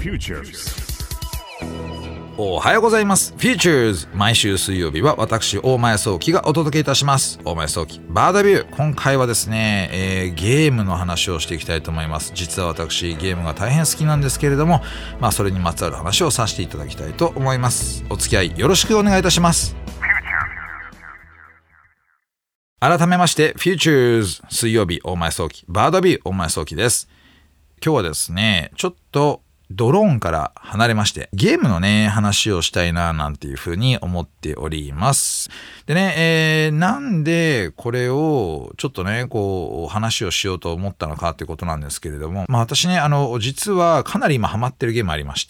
おはようございます。Futures。毎週水曜日は私、大前早期がお届けいたします。大前早期バードビュー。今回はですね、ゲームの話をしていきたいと思います。実は私、ゲームが大変好きなんですけれども、それにまつわる話をさせていただきたいと思います。お付き合いよろしくお願いいたします。改めまして、Futures。水曜日、大前早期バードビュー。大前早期です。今日はですね、ちょっとドローンから離れましてゲームのね話をしたいななんていうふうに思っております。でね、なんでこれをちょっとねこう話をしようと思ったのかっていうことなんですけれども、私ね実はかなり今ハマってるゲームありまして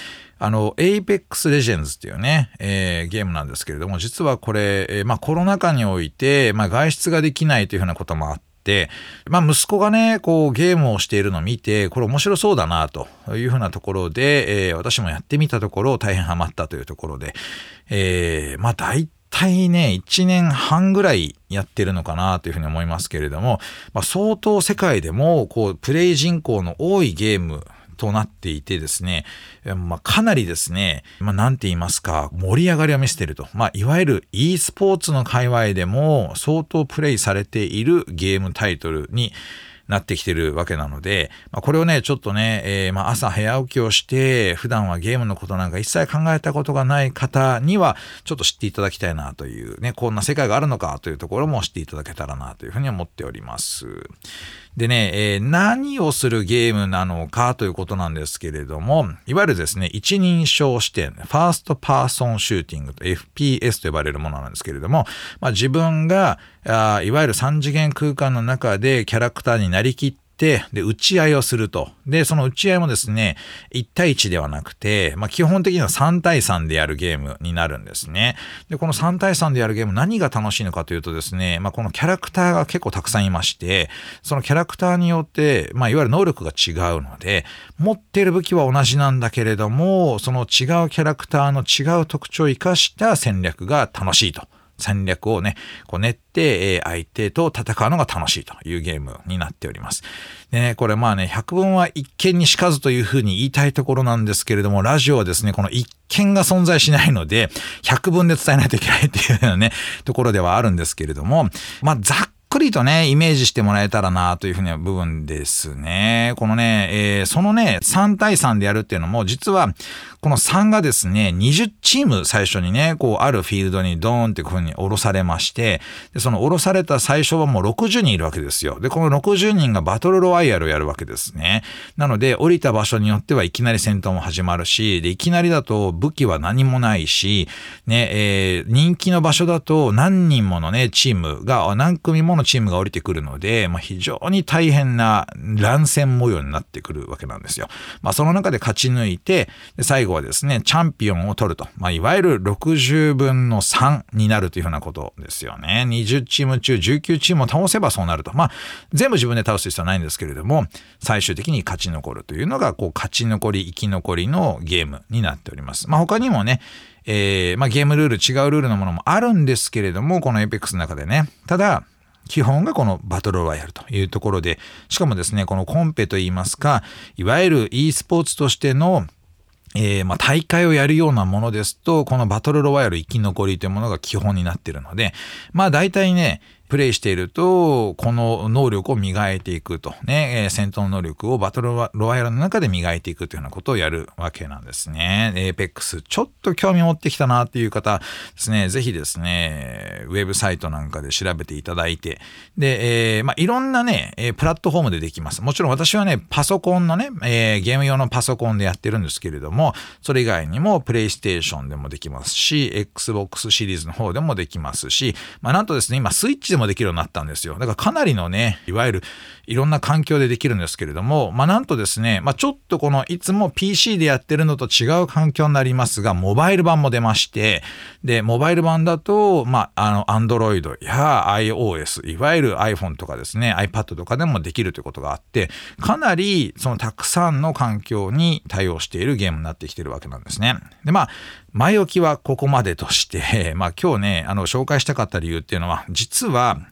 、Apex Legends っていうね、ゲームなんですけれども、実はこれ、コロナ禍において、外出ができないというふうなこともあって、息子がねこうゲームをしているのを見てこれ面白そうだなというふうなところで、私もやってみたところ大変ハマったというところで、だいたいね1年半ぐらいやってるのかなというふうに思いますけれども、相当世界でもこうプレイ人口の多いゲームとなっていてですね、かなりですね、なんて言いますか、盛り上がりを見せていると。いわゆる e スポーツの界隈でも相当プレイされているゲームタイトルになってきてるわけなので、これをねちょっとね、朝早起きをして普段はゲームのことなんか一切考えたことがない方にはちょっと知っていただきたいなというね、こんな世界があるのかというところも知っていただけたらなというふうに思っております。でね、何をするゲームなのかということなんですけれども、いわゆるですね一人称視点ファーストパーソンシューティングと FPS と呼ばれるものなんですけれども、自分がいわゆる3次元空間の中でキャラクターになりきってで打ち合いをすると。でその打ち合いもですね1対1ではなくて、基本的には3対3でやるゲームになるんですね。でこの3対3でやるゲーム何が楽しいのかというとですね、このキャラクターが結構たくさんいまして、そのキャラクターによって、いわゆる能力が違うので持っている武器は同じなんだけれども、その違うキャラクターの違う特徴を生かした戦略が楽しいと。戦略をねこう練って相手と戦うのが楽しいというゲームになっております。でねこれ百聞は一見にしかずというふうに言いたいところなんですけれども、ラジオはですねこの一見が存在しないので百聞で伝えないといけないっていうようなねところではあるんですけれども、ざっくりとねイメージしてもらえたらなというふうな部分ですね。このね、そのね3対3でやるっていうのも実はこの3がですね20チーム最初にねこうあるフィールドにドーンってこういうふうに下ろされまして、でその下ろされた最初はもう60人いるわけですよ。でこの60人がバトルロワイヤルをやるわけですね。なので降りた場所によってはいきなり戦闘も始まるし、でいきなりだと武器は何もないしね、人気の場所だと何人ものねチームが何組ものチームが降りてくるので、非常に大変な乱戦模様になってくるわけなんですよ。その中で勝ち抜いてで最後はですねチャンピオンを取ると、いわゆる60分の3になるというふうなことですよね。20チーム中19チームを倒せばそうなると、全部自分で倒す必要はないんですけれども、最終的に勝ち残るというのがこう勝ち残り生き残りのゲームになっております。他にもねゲームルール違うルールのものもあるんですけれども、この Apex の中でね、ただ基本がこのバトルロワイヤルというところで、しかもですねこのコンペといいますか、いわゆる e スポーツとしての大会をやるようなものですと、このバトルロワイヤル生き残りというものが基本になっているので、大体ねプレイしているとこの能力を磨いていくとね、戦闘の能力をバトルロワイヤルの中で磨いていくというようなことをやるわけなんですね。Apex ちょっと興味持ってきたなっていう方ですね、ぜひですねウェブサイトなんかで調べていただいて、で、いろんなねプラットフォームでできます。もちろん私はねパソコンのね、ゲーム用のパソコンでやってるんですけれども、それ以外にもプレイステーションでもできますし Xbox シリーズの方でもできますし、なんとですね今スイッチでもできるようになったんですよ。だからかなりのねいわゆるいろんな環境でできるんですけれども、なんとですね、ちょっとこのいつも PC でやってるのと違う環境になりますが、モバイル版も出まして、でモバイル版だとAndroid や iOS、 いわゆる iPhone とかですね iPad とかでもできるということがあって、かなりそのたくさんの環境に対応しているゲームになってきているわけなんですね。で前置きはここまでとして、今日ね紹介したかった理由っていうのは、実は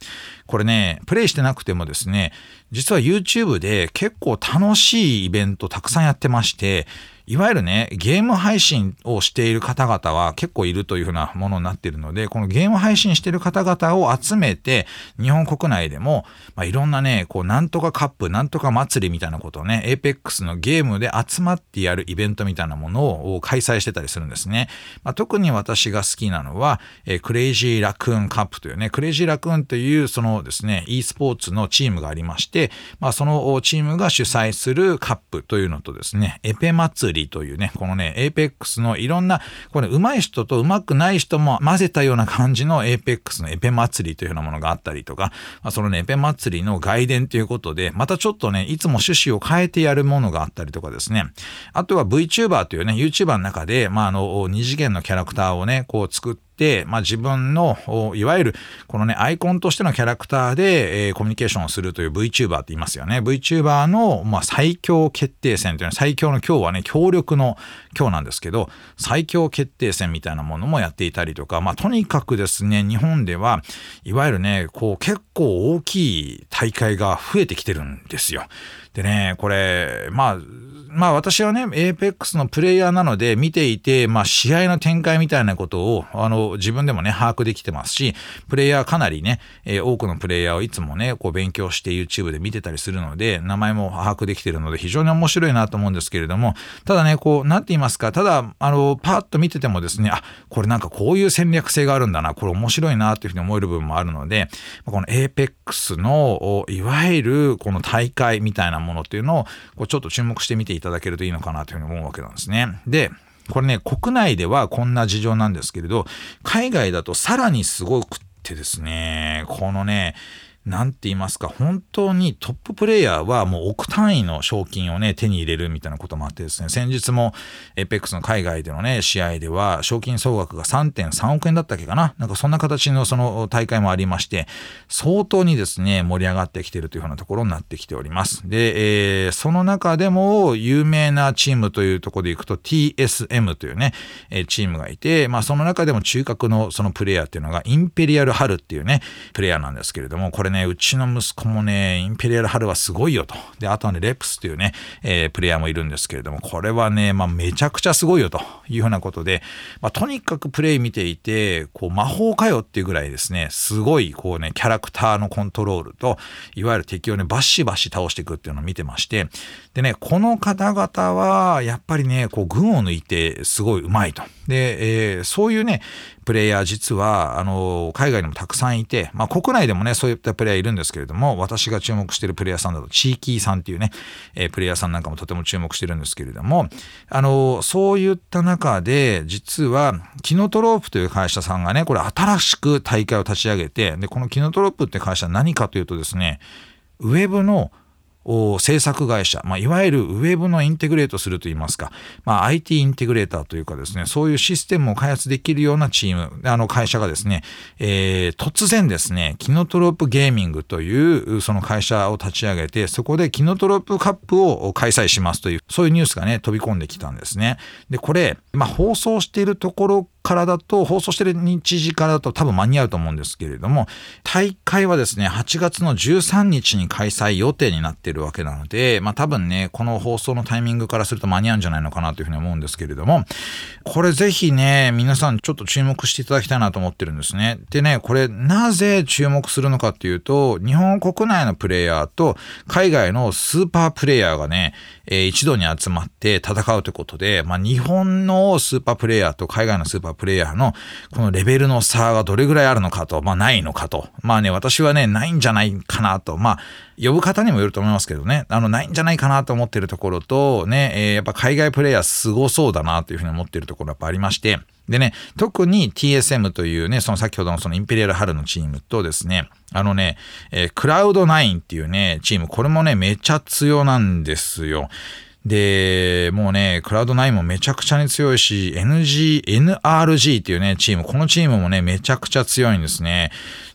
これね、プレイしてなくてもですね、実は YouTube で結構楽しいイベントたくさんやってまして、いわゆるね、ゲーム配信をしている方々は結構いるというふうなものになっているので、このゲーム配信している方々を集めて、日本国内でも、いろんなね、なんとかカップ、なんとか祭りみたいなことをね、APEX のゲームで集まってやるイベントみたいなものを開催してたりするんですね。特に私が好きなのは、クレイジーラクーンカップというね、クレイジーラクーンというそのですね、e スポーツのチームがありまして、そのチームが主催するカップというのとですね、エペ祭りというね、このね、APEX のいろんな、これ上手い人と上手くない人も混ぜたような感じの APEX のエペ祭りというようなものがあったりとか、そのね、エペ祭りの外伝ということで、またちょっとね、いつも趣旨を変えてやるものがあったりとかですね、あとは VTuber というね、YouTuber の中で、二次元のキャラクターをね、作って、自分のいわゆるこのねアイコンとしてのキャラクターで、コミュニケーションをするという VTuber って言いますよね。 VTuber の、最強決定戦というのは、最強の今日はね強力の今日なんですけど、最強決定戦みたいなものもやっていたりとか、とにかくですね、日本ではいわゆるね結構大きい大会が増えてきてるんですよ。でね、これ私はね APEX のプレイヤーなので見ていて、試合の展開みたいなことを自分でもね把握できてますし、プレイヤーかなりね、多くのプレイヤーをいつもね勉強して YouTube で見てたりするので、名前も把握できているので非常に面白いなと思うんですけれども、ただねなんて言いますか、ただパーッと見ててもですね、これなんかこういう戦略性があるんだな、これ面白いなというふうに思える部分もあるので、この APEX のいわゆるこの大会みたいなものっていうのをちょっと注目してみていただけるといいのかなというふうに思うわけなんですね。で、これね、国内ではこんな事情なんですけれど、海外だとさらにすごくってですね、このね、なんて言いますか、本当にトッププレイヤーはもう億単位の賞金をね手に入れるみたいなこともあってですね、先日も APEX の海外でのね試合では賞金総額が 3.3 億円だったっけかな、なんかそんな形のその大会もありまして、相当にですね盛り上がってきているというふうなところになってきております。で、その中でも有名なチームというところでいくと TSM というねチームがいて、その中でも中核のそのプレイヤーっていうのがインペリアルハルっていうねプレイヤーなんですけれども、これねうちの息子もねインペリアルハルはすごいよと。で、あとはねレプスというね、プレイヤーもいるんですけれども、これはねめちゃくちゃすごいよというふうなことで、とにかくプレイ見ていて魔法かよっていうぐらいですね、すごいキャラクターのコントロールといわゆる敵をねバシバシ倒していくっていうのを見てまして、でねこの方々はやっぱりね群を抜いてすごい上手いと。で、そういうねプレイヤー実は海外にもたくさんいて、国内でもねそういったプレイヤーいるんですけれども、私が注目しているプレイヤーさんだとチーキーさんっていうね、プレイヤーさんなんかもとても注目してるんですけれども、そういった中で実はキノトロープという会社さんがねこれ新しく大会を立ち上げて、でこのキノトロープって会社は何かというとですね、ウェブの制作会社、いわゆるウェブのインテグレートするといいますか、IT インテグレーターというかですね、そういうシステムを開発できるようなチーム、会社がですね、突然ですね、キノトロープゲーミングというその会社を立ち上げて、そこでキノトロープカップを開催しますという、そういうニュースがね、飛び込んできたんですね。で、これ、放送しているところからだと、放送している日時からだと多分間に合うと思うんですけれども、大会はですね、8月の13日に開催予定になっているわけなので、多分ね、この放送のタイミングからすると間に合うんじゃないのかなというふうに思うんですけれども、これぜひね、皆さんちょっと注目していただきたいなと思ってるんですね。でね、これなぜ注目するのかっていうと、日本国内のプレイヤーと海外のスーパープレイヤーがね、一度に集まって戦うということで、日本のスーパープレイヤーと海外のスーパープレイヤーのこのレベルの差がどれぐらいあるのかと、ないのかと。私はね、ないんじゃないかなと。呼ぶ方にもよると思いますけどね、ないんじゃないかなと思っているところと、ね、やっぱ海外プレイヤーすごそうだなというふうに思っているところがやっぱありまして、でね、特に TSM というね、その先ほどのそのインペリアルハルのチームとですね、クラウド9っていうね、チーム、これもね、めちゃ強なんですよ。で、もうね、クラウド9もめちゃくちゃに強いし、NRG っていうね、チーム、このチームもね、めちゃくちゃ強いんですね。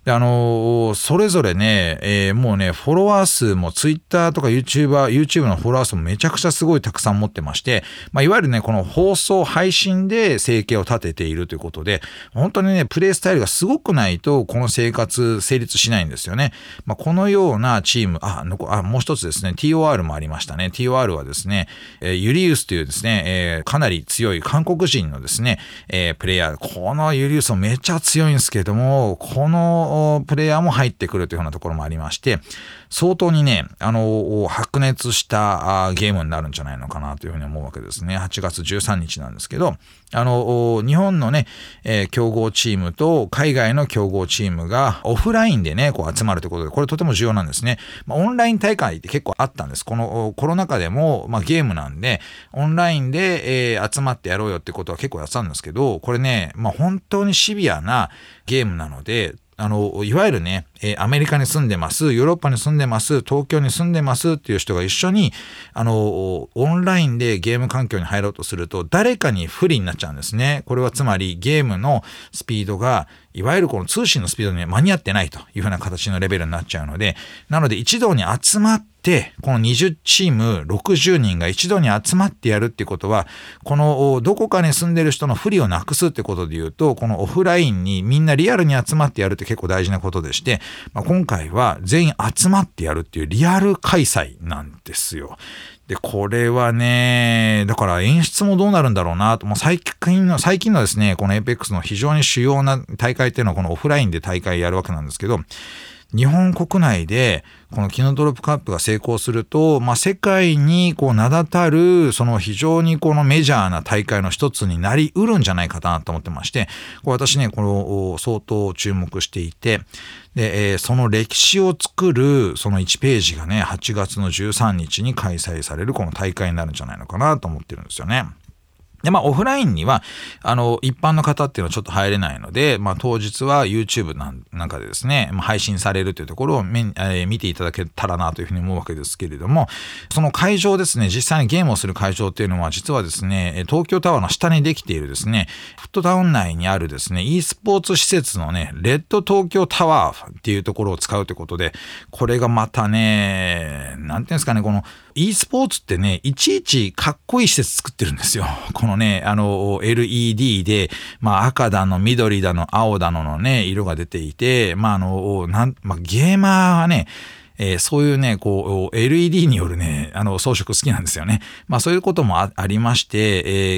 で、それぞれね、もうね、フォロワー数も Twitter とか YouTube のフォロワー数もめちゃくちゃすごいたくさん持ってまして、いわゆるね、この放送配信で生計を立てているということで、本当にね、プレイスタイルがすごくないと、この生活成立しないんですよね。このようなチーム、もう一つですね、TOR もありましたね。TOR はですね、ユリウスというですね、かなり強い韓国人のですね、プレイヤー、このユリウスもめっちゃ強いんですけれども、このプレイヤーも入ってくるというようなところもありまして、相当にね、白熱したゲームになるんじゃないのかなというふうに思うわけですね。8月13日なんですけど、日本のね、強豪チームと海外の強豪チームがオフラインでね、こう集まるということで、これとても重要なんですね。オンライン大会って結構あったんです。このコロナ禍でも、ゲームなんで、オンラインで、集まってやろうよってことは結構やってたんですけど、これね、本当にシビアなゲームなので、いわゆるね、アメリカに住んでます、ヨーロッパに住んでます、東京に住んでますっていう人が一緒に、オンラインでゲーム環境に入ろうとすると、誰かに不利になっちゃうんですね。これはつまりゲームのスピードが、いわゆるこの通信のスピードに間に合ってないというふうな形のレベルになっちゃうので、なので一堂に集まって、この20チーム60人が一堂に集まってやるっていうことは、このどこかに住んでる人の不利をなくすってことで言うと、このオフラインにみんなリアルに集まってやるって結構大事なことでして、今回は全員集まってやるっていうリアル開催なんですよ。で、これはね、だから演出もどうなるんだろうなと、最近のですね、この APEX の非常に主要な大会っていうのはこのオフラインで大会やるわけなんですけど、日本国内でこのキノトロップカップが成功すると、世界にこう名だたるその非常にこのメジャーな大会の一つになりうるんじゃないかなと思ってまして、私ね、この相当注目していて、で、その歴史を作るその1ページがね、8月の13日に開催されるこの大会になるんじゃないのかなと思ってるんですよね。で、オフラインには、一般の方っていうのはちょっと入れないので、当日は YouTube なんかでですね、配信されるというところを見ていただけたらなというふうに思うわけですけれども、その会場ですね、実際にゲームをする会場っていうのは、実はですね、東京タワーの下にできているですね、フットタウン内にあるですね、e スポーツ施設のね、レッド東京タワーっていうところを使うということで、これがまたね、なんていうんですかね、この e スポーツってね、いちいちかっこいい施設作ってるんですよ。このね、LED で、赤だの、緑だの、青だののね、色が出ていて、ゲーマーはね、そういうね、こう、LED によるね、装飾好きなんですよね。そういうことも ありまして、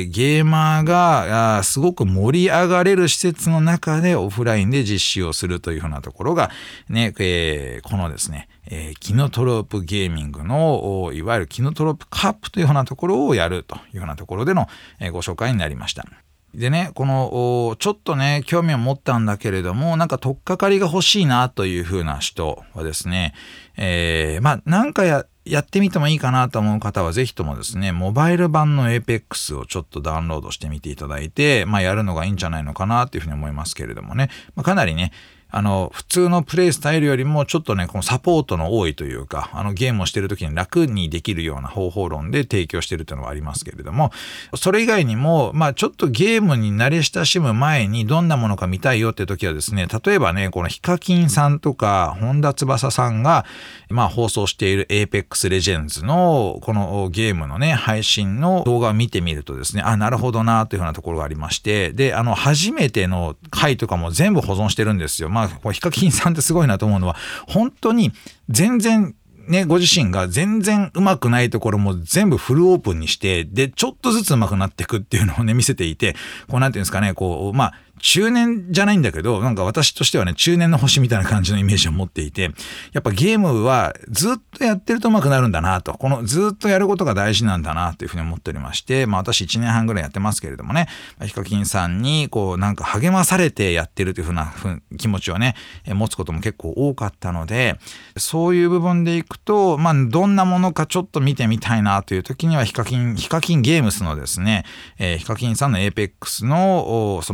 ゲーマーがすごく盛り上がれる施設の中でオフラインで実施をするというふうなところが、ね、このですね、キノトロップゲーミングの、いわゆるキノトロップカップというふうなところをやるというふうなところでの、ご紹介になりました。でね、このちょっとね興味を持ったんだけれども、なんか取っかかりが欲しいなという風な人はですね、なんかやってみてもいいかなと思う方はぜひともですね、モバイル版の APEX をちょっとダウンロードしてみていただいて、やるのがいいんじゃないのかなというふうに思いますけれどもね、かなりね、普通のプレイスタイルよりもちょっとね、このサポートの多いというか、ゲームをしている時に楽にできるような方法論で提供しているというのはありますけれども、それ以外にも、ちょっとゲームに慣れ親しむ前にどんなものか見たいよっていう時はですね、例えばね、このヒカキンさんとか、本田翼さんが、放送している Apex Legends のこのゲームのね、配信の動画を見てみるとですね、なるほどなというふうなところがありまして、で、初めての回とかも全部保存してるんですよ。ヒカキンさんってすごいなと思うのは、本当に全然ね、ご自身が全然上手くないところも全部フルオープンにして、で、ちょっとずつ上手くなっていくっていうのをね、見せていて、こうなんていうんですかね、こう、中年じゃないんだけど、なんか私としてはね、中年の星みたいな感じのイメージを持っていて、やっぱゲームはずっとやってると上手くなるんだなと、このずっとやることが大事なんだなというふうに思っておりまして、私1年半ぐらいやってますけれどもね、ヒカキンさんにこうなんか励まされてやってるというふうな気持ちをね、持つことも結構多かったので、そういう部分でいくと、どんなものかちょっと見てみたいなという時にはヒカキンゲームスのですね、ヒカキンさんの APEX のその配信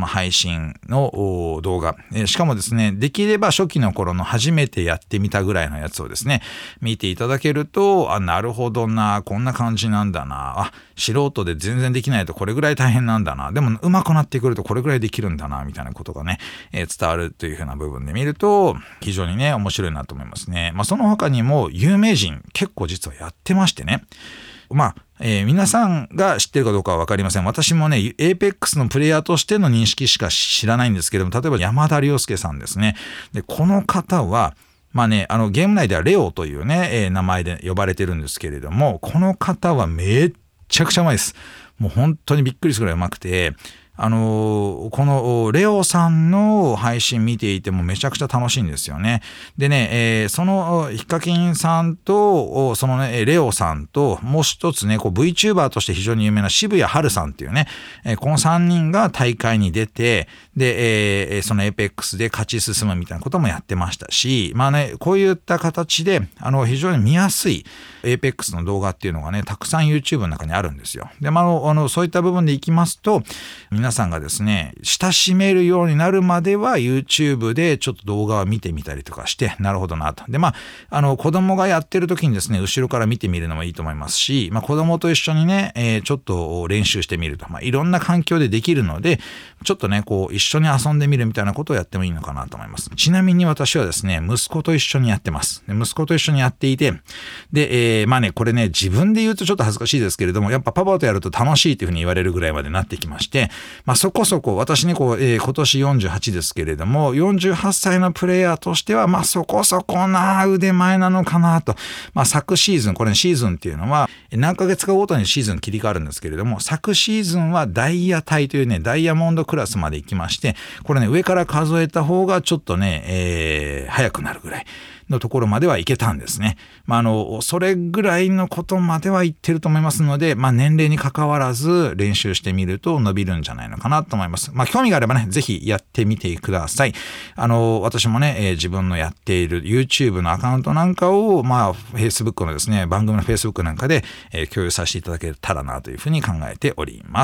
信の動画、しかもですね、できれば初期の頃の初めてやってみたぐらいのやつをですね、見ていただけると、なるほどな、こんな感じなんだな、素人で全然できないとこれぐらい大変なんだな、でも上手くなってくるとこれぐらいできるんだな、みたいなことがね、伝わるというふうな部分で見ると、非常にね、面白いなと思いますね。その他にも有名人結構実はやってましてね。皆さんが知ってるかどうかは分かりません。私もね、Apex のプレイヤーとしての認識しか知らないんですけれども、例えば山田涼介さんですね。で、この方は、ゲーム内ではレオというね、名前で呼ばれてるんですけれども、この方はめっちゃくちゃうまいです。もう本当にびっくりするぐらいうまくて、このレオさんの配信見ていてもめちゃくちゃ楽しいんですよね。でね、そのヒカキンさんと、そのね、レオさんと、もう一つね、VTuber として非常に有名な渋谷春さんっていうね、この3人が大会に出て、で、その Apex で勝ち進むみたいなこともやってましたし、こういった形で、非常に見やすい Apex の動画っていうのがね、たくさん YouTube の中にあるんですよ。で、そういった部分でいきますと、皆さんがですね、親しめるようになるまでは YouTube でちょっと動画を見てみたりとかして、なるほどなと。で、子供がやってる時にですね、後ろから見てみるのもいいと思いますし、子供と一緒にね、ちょっと練習してみると、いろんな環境でできるので、ちょっとね、一緒に遊んでみるみたいなことをやってもいいのかなと思います。ちなみに私はですね、息子と一緒にやってます。で、息子と一緒にやっていて、で、これね、自分で言うとちょっと恥ずかしいですけれども、やっぱパパとやると楽しいというふうに言われるぐらいまでなってきまして、そこそこ、私ね、今年48ですけれども、48歳のプレイヤーとしては、そこそこな腕前なのかなと。昨シーズン、これ、シーズンっていうのは、何ヶ月かごとにシーズン切り替わるんですけれども、昨シーズンはダイヤ帯というね、ダイヤモンドクラスまで行きまして、これね、上から数えた方がちょっとね、早くなるぐらいのところまではいけたんですね。それぐらいのことまでは言ってると思いますので、年齢に関わらず練習してみると伸びるんじゃないのかなと思います。興味があればね、ぜひやってみてください。私もね、自分のやっている YouTube のアカウントなんかを、Facebook のですね、番組の Facebook なんかで、共有させていただけたらなというふうに考えております。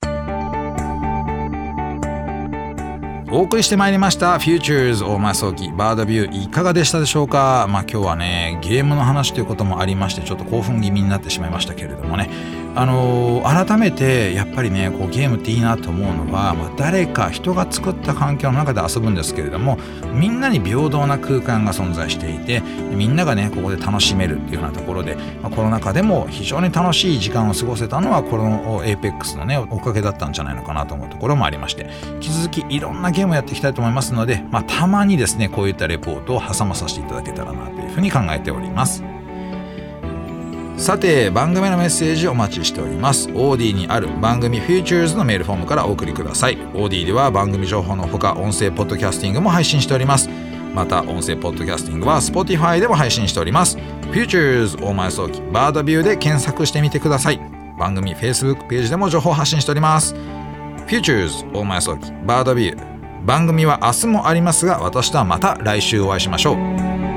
お送りしてまいりました Futures 大前早期バードビューいかがでしたでしょうか。今日はねゲームの話ということもありましてちょっと興奮気味になってしまいましたけれどもね、改めてやっぱりねゲームっていいなと思うのは、誰か人が作った環境の中で遊ぶんですけれども、みんなに平等な空間が存在していて、みんながねここで楽しめるっていうようなところで、コロナ禍でも非常に楽しい時間を過ごせたのはこの Apex のねおかげだったんじゃないのかなと思うところもありまして、引き続きいろんなゲームをやっていきたいと思いますので、たまにですねこういったレポートを挟まさせていただけたらなというふうに考えております。さて番組のメッセージお待ちしております。 OD にある番組 Futures のメールフォームからお送りください。 OD では番組情報のほか音声ポッドキャスティングも配信しております。また音声ポッドキャスティングは Spotify でも配信しております。 Futures 大前早期バードビューで検索してみてください。番組 Facebook ページでも情報発信しております。 Futures 大前早期バードビュー、番組は明日もありますが、私とはまた来週お会いしましょう。